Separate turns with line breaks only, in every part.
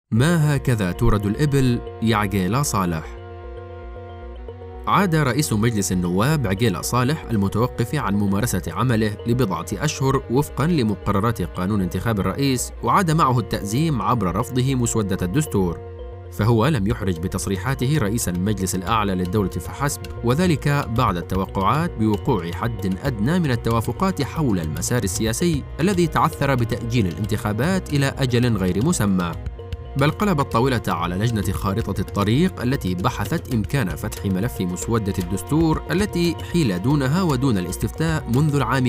ما هكذا تورد الإبل يا عقيلة صالح. عاد رئيس مجلس النواب عقيلة صالح المتوقف عن ممارسة عمله لبضعة أشهر وفقاً لمقررات قانون انتخاب الرئيس، وعاد معه التأزيم عبر رفضه مسودة الدستور، فهو لم يحرج بتصريحاته رئيس المجلس الأعلى للدولة فحسب، وذلك بعد التوقعات بوقوع حد أدنى من التوافقات حول المسار السياسي الذي تعثر بتأجيل الانتخابات إلى أجل غير مسمى. بل قلب الطاولة على لجنة خارطة الطريق التي بحثت إمكان فتح ملف مسودة الدستور التي حيل دونها ودون الاستفتاء منذ العام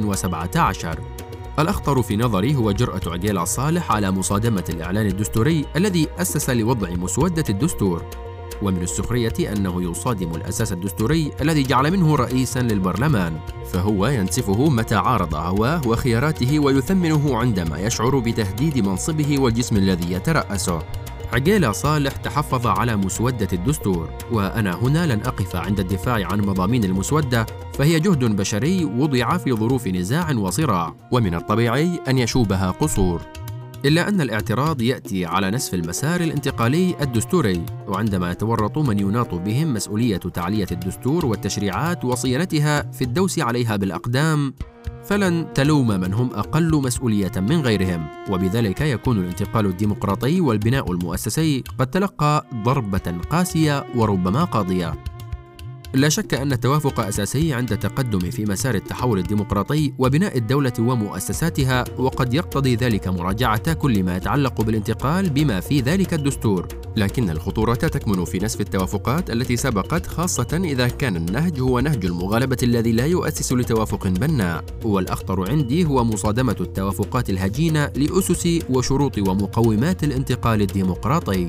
2017. الأخطر في نظري هو جرأة عقيلة صالح على مصادمة الإعلان الدستوري الذي أسس لوضع مسودة الدستور، ومن السخرية أنه يصادم الأساس الدستوري الذي جعل منه رئيساً للبرلمان، فهو ينسفه متى عارض هواه وخياراته ويثمنه عندما يشعر بتهديد منصبه والجسم الذي يترأسه. عقيلة صالح تحفظ على مسودة الدستور، وأنا هنا لن أقف عند الدفاع عن مضامين المسودة، فهي جهد بشري وضع في ظروف نزاع وصراع، ومن الطبيعي أن يشوبها قصور. إلا أن الاعتراض يأتي على نسف المسار الانتقالي الدستوري، وعندما يتورط من يناط بهم مسؤولية تعلية الدستور والتشريعات وصيانتها في الدوس عليها بالأقدام، فلن تلوم من هم أقل مسؤولية من غيرهم، وبذلك يكون الانتقال الديمقراطي والبناء المؤسسي قد تلقى ضربة قاسية وربما قاضية. لا شك أن التوافق أساسي عند التقدم في مسار التحول الديمقراطي وبناء الدولة ومؤسساتها، وقد يقتضي ذلك مراجعة كل ما يتعلق بالانتقال بما في ذلك الدستور، لكن الخطورة تكمن في نسف التوافقات التي سبقت، خاصة إذا كان النهج هو نهج المغالبة الذي لا يؤسس لتوافق بناء. والأخطر عندي هو مصادمة التوافقات الهجينة لأسس وشروط ومقومات الانتقال الديمقراطي.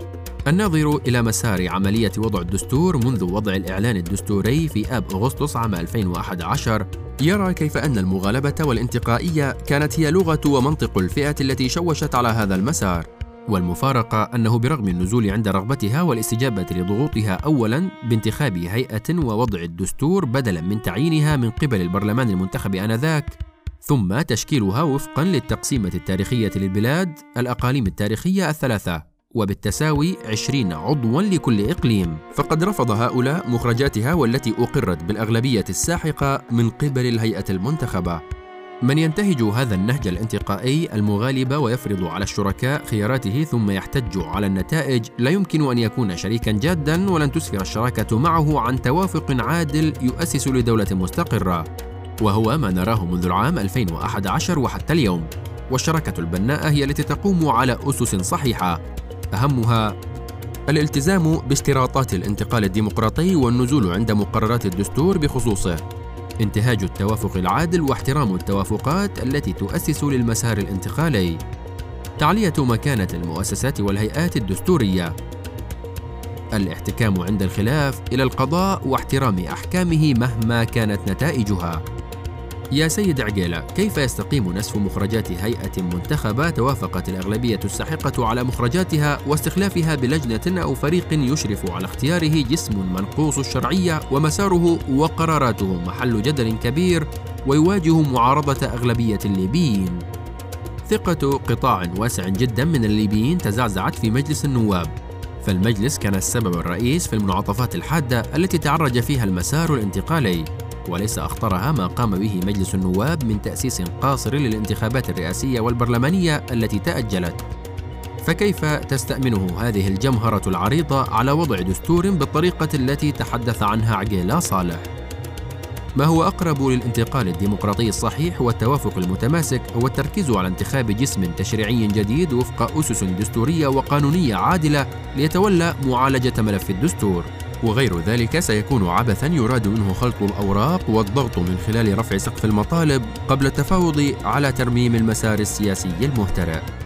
الناظر إلى مسار عملية وضع الدستور منذ وضع الإعلان الدستوري في آب أغسطس عام 2011 يرى كيف أن المغالبة والانتقائية كانت هي لغة ومنطق الفئة التي شوشت على هذا المسار، والمفارقة أنه برغم النزول عند رغبتها والاستجابة لضغوطها أولاً بانتخاب هيئة ووضع الدستور بدلاً من تعيينها من قبل البرلمان المنتخب آنذاك، ثم تشكيلها وفقاً للتقسيمة التاريخية للبلاد الأقاليم التاريخية الثلاثة، وبالتساوي 20 عضواً لكل إقليم، فقد رفض هؤلاء مخرجاتها والتي أقرت بالأغلبية الساحقة من قبل الهيئة المنتخبة. من ينتهج هذا النهج الانتقائي المغالب ويفرض على الشركاء خياراته ثم يحتج على النتائج لا يمكن أن يكون شريكاً جاداً، ولن تسفر الشراكة معه عن توافق عادل يؤسس لدولة مستقرة، وهو ما نراه منذ العام 2011 وحتى اليوم. والشراكة البناءة هي التي تقوم على أسس صحيحة، أهمها الالتزام باشتراطات الانتقال الديمقراطي والنزول عند مقررات الدستور بخصوصه، انتهاج التوافق العادل واحترام التوافقات التي تؤسس للمسار الانتقالي، تعلية مكانة المؤسسات والهيئات الدستورية، الاحتكام عند الخلاف إلى القضاء واحترام أحكامه مهما كانت نتائجها. يا سيد عقيلة، كيف يستقيم نسف مخرجات هيئة منتخبة توافقت الأغلبية الساحقة على مخرجاتها واستخلافها بلجنة أو فريق يشرف على اختياره جسم منقوص الشرعية ومساره وقراراته محل جدل كبير ويواجه معارضة أغلبية الليبيين؟ ثقة قطاع واسع جدا من الليبيين تزعزعت في مجلس النواب، فالمجلس كان السبب الرئيس في المنعطفات الحادة التي تعرج فيها المسار الانتقالي، وليس أخطرها ما قام به مجلس النواب من تأسيس قاصر للانتخابات الرئاسية والبرلمانية التي تأجلت. فكيف تستأمنه هذه الجمهرة العريضة على وضع دستور بالطريقة التي تحدث عنها عقيلة صالح؟ ما هو أقرب للانتقال الديمقراطي الصحيح والتوافق المتماسك هو التركيز على انتخاب جسم تشريعي جديد وفق أسس دستورية وقانونية عادلة ليتولى معالجة ملف الدستور، وغير ذلك سيكون عبثاً يراد منه خلط الأوراق والضغط من خلال رفع سقف المطالب قبل التفاوض على ترميم المسار السياسي المهترئ.